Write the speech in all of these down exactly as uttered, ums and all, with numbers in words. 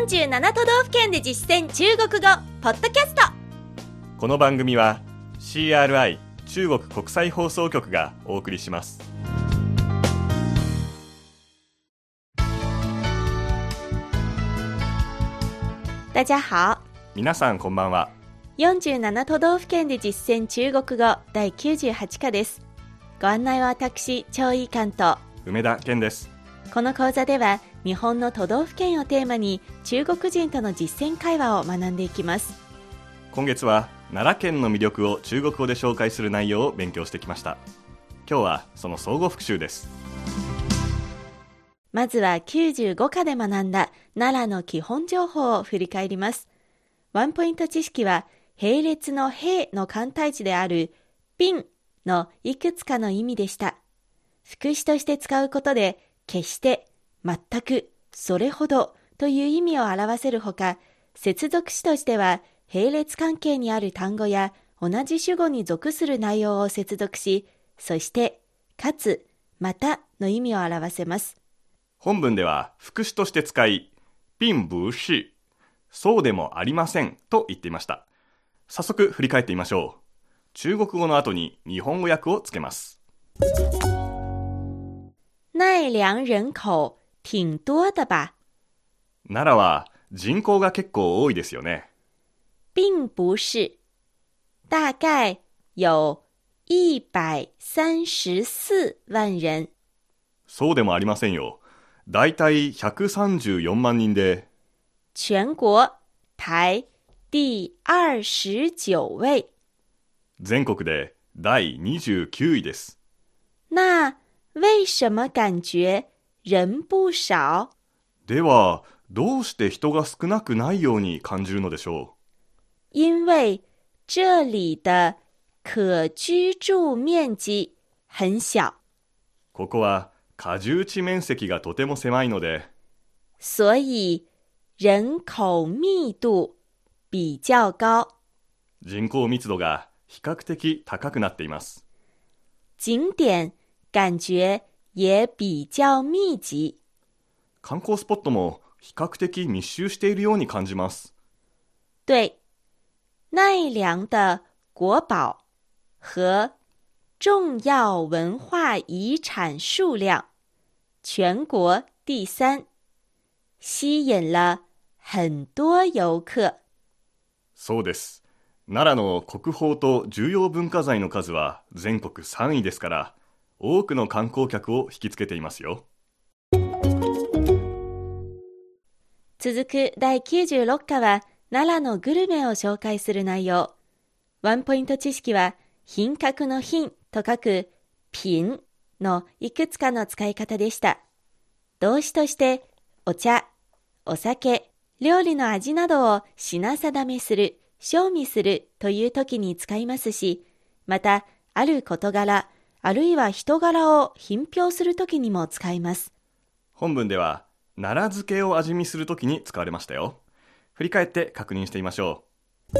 よんじゅうなな都道府県で実践中国語ポッドキャスト。 この番組は シーアールアイ 中国国際放送局がお送りします。 大家好。 皆さんこんばんは。 よんじゅうなな都道府県で実践中国語だいきゅうじゅうはち課です。ご案内は私、張井関と梅田健です。 この講座では日本の都道府県をテーマに中国人との実践会話を学んでいきます。 今月は奈良県の魅力を中国語で紹介する内容を勉強してきました。今日はその相互復習です。 まずはきゅうじゅうご課で学んだ奈良の基本情報を振り返ります。ワンポイント知識は並列の並の簡体字である并のいくつかの意味でした。副詞として使うことで決して、全く、それほどという意味を表せるほか、接続詞としては並列関係にある単語や同じ主語に属する内容を接続し、そして、かつ、またの意味を表せます。 本文では副詞として使い、并不是、そうでもありませんと言っていました。早速振り返ってみましょう。中国語の後に日本語訳をつけます。 奈良人口挺多的吧。 奈良は人口が結構多いですよね。 并不是。大概有一百三十四万人。 そうでもありませんよ。だいたいひゃくさんじゅうよんまん人で、 全国排第二十九位。 全国でだいにじゅうきゅういです。 那为什么感觉人不少？ では、どうして人が少なくないように感じるのでしょう。 因为这里的可居住面积很小。 ここは可住地面積がとても狭いので、 所以人口密度比较高。 人口密度が比較的高くなっています。 景点感觉也比较密集。 観光スポットも比較的密集しているように感じます。 对，奈良的国宝和重要文化遗产数量全国第三，吸引了很多游客。 そうです。奈良の国宝と重要文化財の数は全国さんいですから、多くの観光客を引きつけていますよ。 続くだいきゅうじゅうろく課は奈良のグルメを紹介する内容。ワンポイント知識は品格の品と書く品のいくつかの使い方でした。動詞としてお茶、お酒、料理の味などを品定めする、賞味するという時に使いますし、またある事柄、あるいは人柄を品評するときにも使います。 本文では奈良漬けを味見するときに使われましたよ。振り返って確認してみましょう。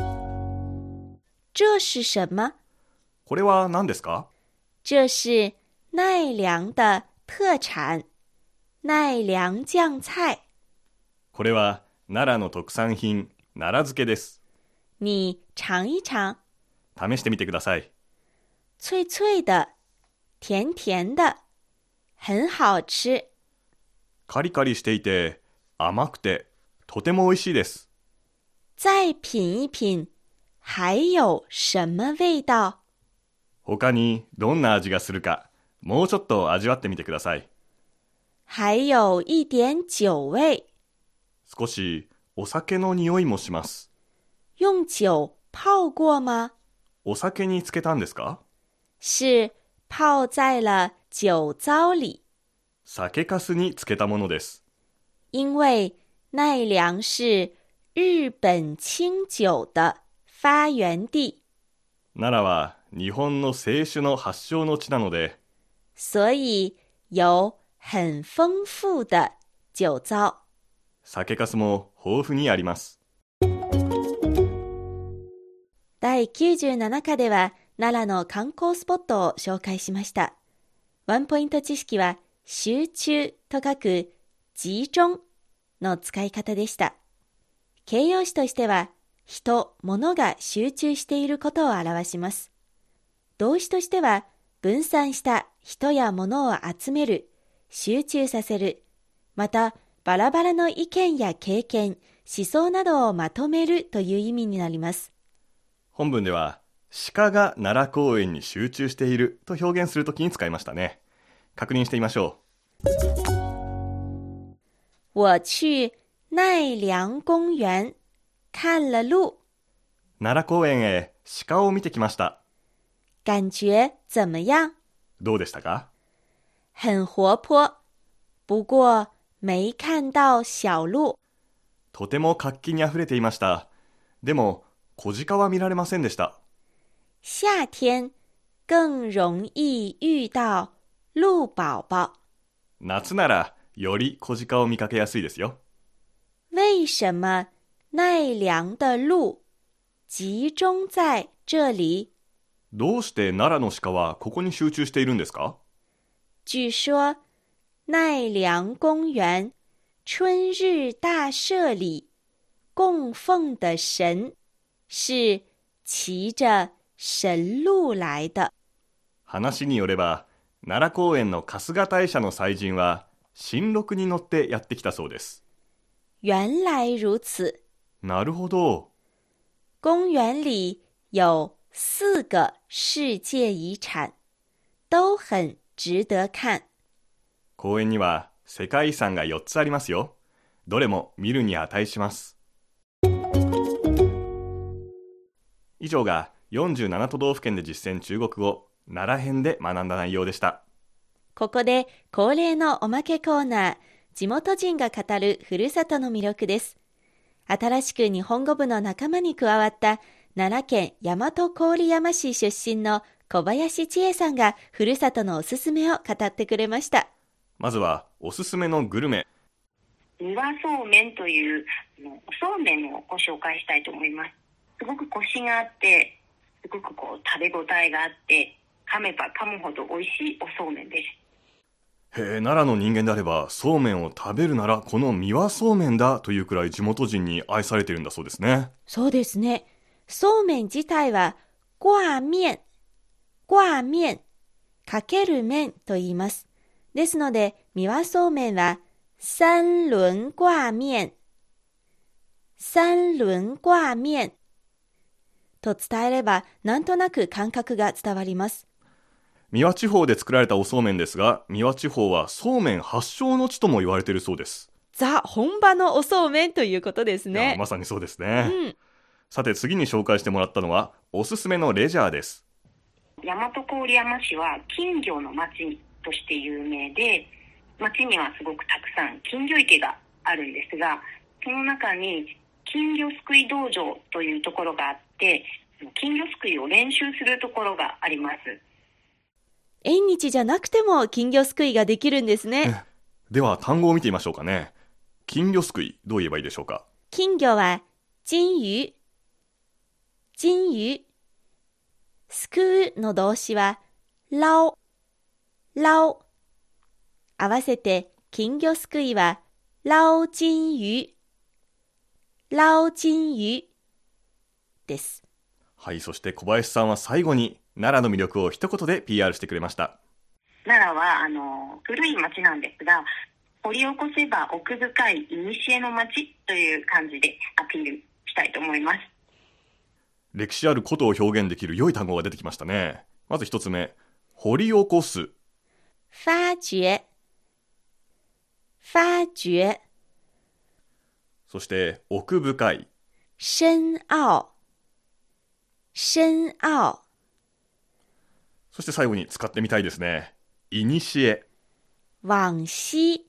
这是什么？ これは何ですか？ 这是奈良的特产、奈良酱菜。 これは奈良の特産品、奈良漬けです。 你尝一尝。 試してみてください。 脆脆的、甜甜的、很好吃。 カリカリしていて、甘くて、とても美味しいです。 再品一品、还有什么味道？ 他にどんな味がするか、もうちょっと味わってみてください。 还有一点酒味。 少しお酒の匂いもします。 用酒泡过吗？ お酒につけたんですか？ 是泡在了酒糟里。 酒粕につけたものです。 因为奈良是日本清酒的发源地。 奈良は日本の清酒の発祥の地なので、 所以有很丰富的酒糟。 酒粕も豊富にあります。 だいきゅうじゅうなな課では奈良の観光スポットを紹介しました。ワンポイント知識は集中と書く集中の使い方でした。形容詞としては、人、物が集中していることを表します。動詞としては、分散した人や物を集める、集中させる、また、バラバラの意見や経験、思想などをまとめるという意味になります。 本文では、鹿が奈良公園に集中していると表現するときに使いましたね。確認してみましょう。 我去奈良公園看了鹿。 奈良公園へ鹿を見てきました。 感觉怎么样？ どうでしたか？ 很活泼。不過没看到小鹿。 とても活気にあふれていました。でも、小鹿は見られませんでした。 夏天更容易遇到鹿宝宝。 夏ならより小鹿を見かけやすいですよ。 为什么奈良的鹿集中在这里？ どうして奈良の鹿はここに集中しているんですか？ 据说奈良公園春日大社里供奉的神是騎着神鹿来的。 話によれば、奈良公園の春日大社の祭神は神鹿に乗ってやってきたそうです。 原来如此。 なるほど。 公園里有四个世界遺產，都很值得看。 公園には世界遺産がよっつありますよ。どれも見るに値します。以上がよんじゅうなな都道府県で実践中国語奈良編で学んだ内容でした。 ここで恒例のおまけコーナー、地元人が語るふるさとの魅力です。新しく日本語部の仲間に加わった奈良県大和郡山市出身の小林千恵さんがふるさとのおすすめを語ってくれました。 まずはおすすめのグルメ。 三輪そうめんというそうめんをご紹介したいと思います。すごくコシがあって、すごくこう食べ応えがあって、噛めば噛むほど美味しいおそうめんです。 へえ、奈良の人間であればそうめんを食べるならこの三輪そうめんだというくらい地元人に愛されているんだそうですね。 そうですね。そうめん自体は掛面、掛面、かける麺と言います。ですので三輪そうめんは三輪掛面、三輪掛面と伝えればなんとなく感覚が伝わります。 三輪地方で作られたおそうめんですが、三輪地方はそうめん発祥の地とも言われているそうです。 ザ・本場のおそうめんということですね。 まさにそうですね、 うん、 さて次に紹介してもらったのはおすすめのレジャーです。 大和郡山市は金魚の町として有名で、町にはすごくたくさん金魚池があるんですが、その中に金魚すくい道場というところがあって、金魚すくいを練習するところがあります。 縁日じゃなくても金魚すくいができるんですね。 では単語を見てみましょうかね。金魚すくい、どう言えばいいでしょうか。 金魚は金魚、金魚。すくうの動詞は捞、捞。合わせて金魚すくいは捞金魚、捞金魚です。 はい、そして小林さんは最後に奈良の魅力を一言で ピーアール してくれました。 奈良はあの古い町なんですが、掘り起こせば奥深い古の町という感じでアピールしたいと思います。 歴史あることを表現できる良い単語が出てきましたね。まず一つ目、掘り起こす。 發掘、發掘。 そして奥深い。 深奧、深奧。 そして最後に使ってみたいですね。いにしえ。 往昔、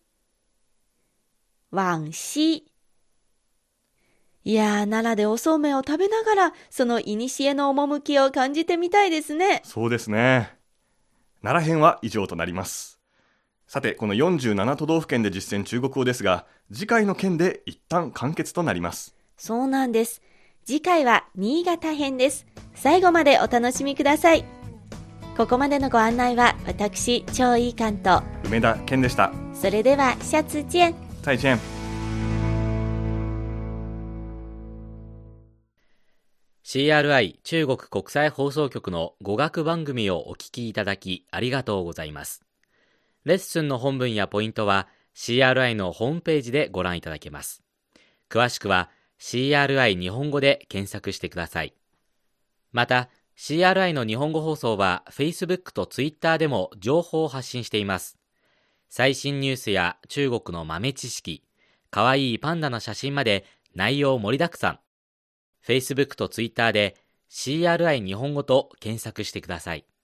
往昔。いやー、奈良でおそうめんを食べながらそのいにしえの趣を感じてみたいですね。 そうですね。奈良編は以上となります。さて、このよんじゅうなな都道府県で実践中国語ですが、次回の県で一旦完結となります。 そうなんです。次回は新潟編です。最後までお楽しみください。ここまでのご案内は私、張一貫と梅田健でした。 それでは下次見。 再见。 シーアールアイ 中国国際放送局の語学番組をお聞きいただきありがとうございます。レッスンの本文やポイントは シーアールアイ のホームページでご覧いただけます。詳しくは シーアールアイ 日本語で検索してください。また、シーアールアイ の日本語放送は Facebook と Twitter でも情報を発信しています。最新ニュースや中国の豆知識、かわいいパンダの写真まで内容盛りだくさん。Facebook と Twitter で シーアールアイ 日本語と検索してください。